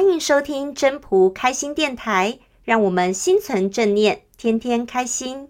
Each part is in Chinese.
欢迎收听真仆开心电台，让我们心存正念，天天开心。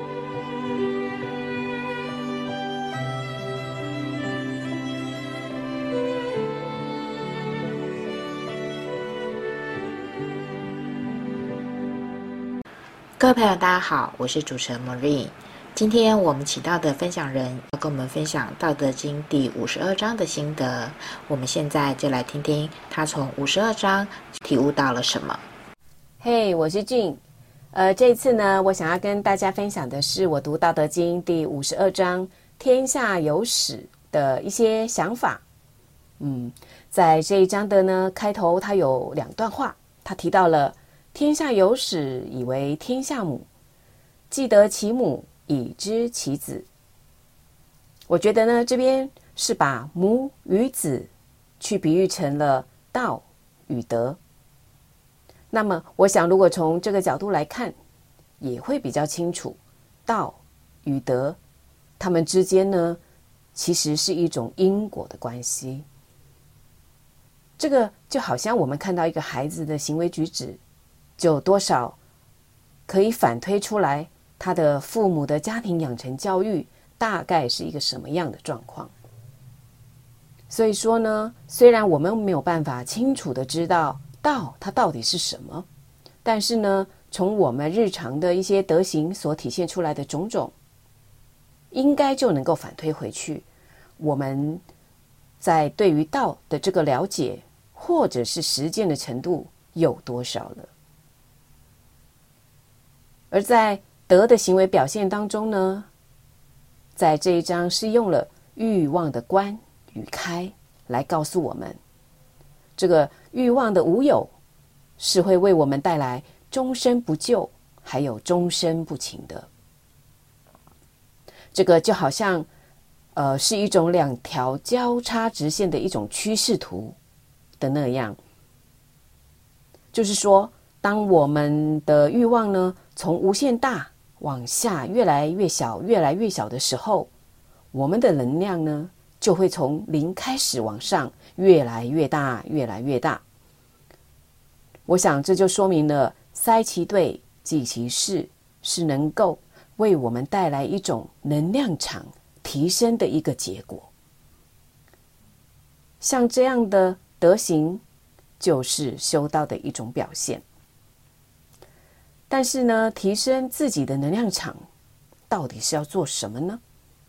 各位朋友大家好，我是主持人 Marie。 今天我们请到的分享人要跟我们分享道德经第52章的心得，我们现在就来听听他从52章体悟到了什么。 嘿，我是俊。这一次呢，我想要跟大家分享的是我读道德经第52章天下有始的一些想法。在这一章的呢开头，他有2段话，他提到了天下有始，以为天下母，既得其母，以知其子。我觉得呢，这边是把母与子去比喻成了道与德。那么我想如果从这个角度来看，也会比较清楚，道与德他们之间呢，其实是一种因果的关系。这个就好像我们看到一个孩子的行为举止，就多少可以反推出来他的父母的家庭养成教育大概是一个什么样的状况。所以说呢，虽然我们没有办法清楚的知道道它到底是什么，但是呢，从我们日常的一些德行所体现出来的种种，应该就能够反推回去，我们在对于道的这个了解或者是实践的程度有多少了。而在德的行为表现当中呢，在这一章是用了欲望的观与开来告诉我们，这个欲望的无有是会为我们带来终身不救还有终身不勤的。这个就好像是一种2条交叉直线的一种趋势图的那样，就是说当我们的欲望呢从无限大往下越来越小越来越小的时候，我们的能量呢就会从0开始往上越来越大越来越大。我想这就说明了塞其兑济其事是能够为我们带来一种能量场提升的一个结果。像这样的德行就是修道的一种表现。但是呢，提升自己的能量场到底是要做什么呢？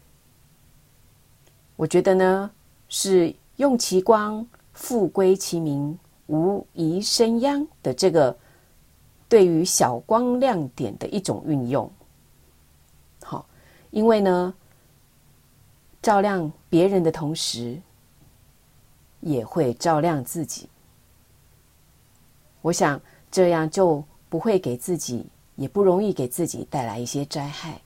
我觉得呢，是用其光，复归其明，无疑生殃的这个对于小光亮点的一种运用。好，因为呢，照亮别人的同时，也会照亮自己。我想这样就不会给自己，也不容易给自己带来一些灾害。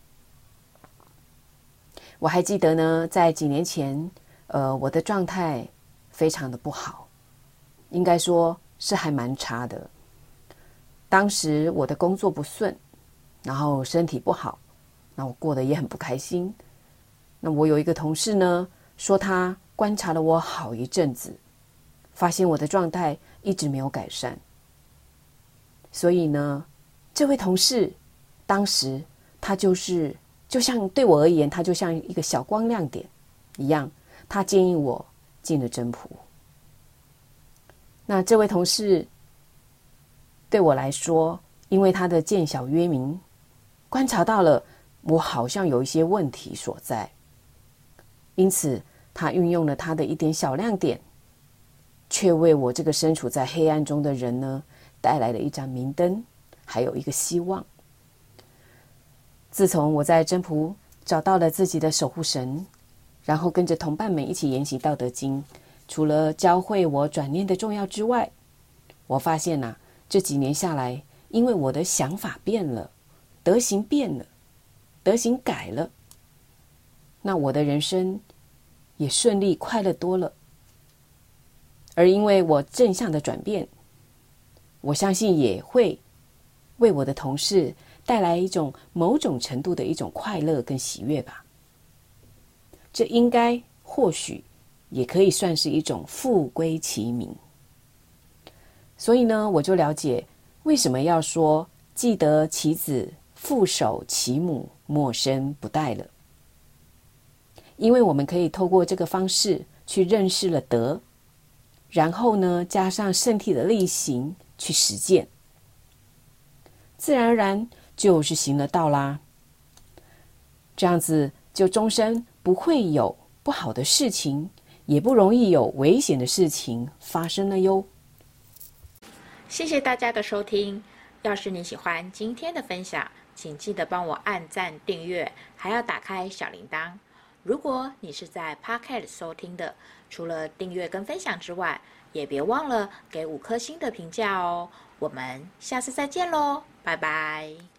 我还记得呢，在几年前，我的状态非常的不好，应该说是还蛮差的。当时我的工作不顺，然后身体不好，那我过得也很不开心。那我有一个同事呢，说他观察了我好一阵子，发现我的状态一直没有改善。所以呢，这位同事当时他就像对我而言，他就像一个小光亮点一样，他建议我进了真仆。那这位同事对我来说，因为他的见小约明，观察到了我好像有一些问题所在，因此他运用了他的一点小亮点，却为我这个身处在黑暗中的人呢带来了一盏明灯，还有一个希望。自从我在真仆找到了自己的守护神，然后跟着同伴们一起研习道德经，除了教会我转念的重要之外，我发现这几年下来，因为我的想法变了，德行变了，德行改了，那我的人生也顺利快乐多了。而因为我正向的转变，我相信也会为我的同事带来一种某种程度的一种快乐跟喜悦吧。这应该或许也可以算是一种复归其明。 所以呢，我就了解为什么要说既得其子，父守其母，莫生不殆了。因为我们可以透过这个方式去认识了德，然后呢，加上身体的力行去实践，自然而然就是行了道啦。这样子就终身不会有不好的事情，也不容易有危险的事情发生了哟。 谢谢大家的收听。要是你喜欢今天的分享，请记得帮我按赞、订阅，还要打开小铃铛。如果你是在 Podcast 收听的，除了订阅跟分享之外，也别忘了给5颗星的评价哦。我们下次再见喽，拜拜。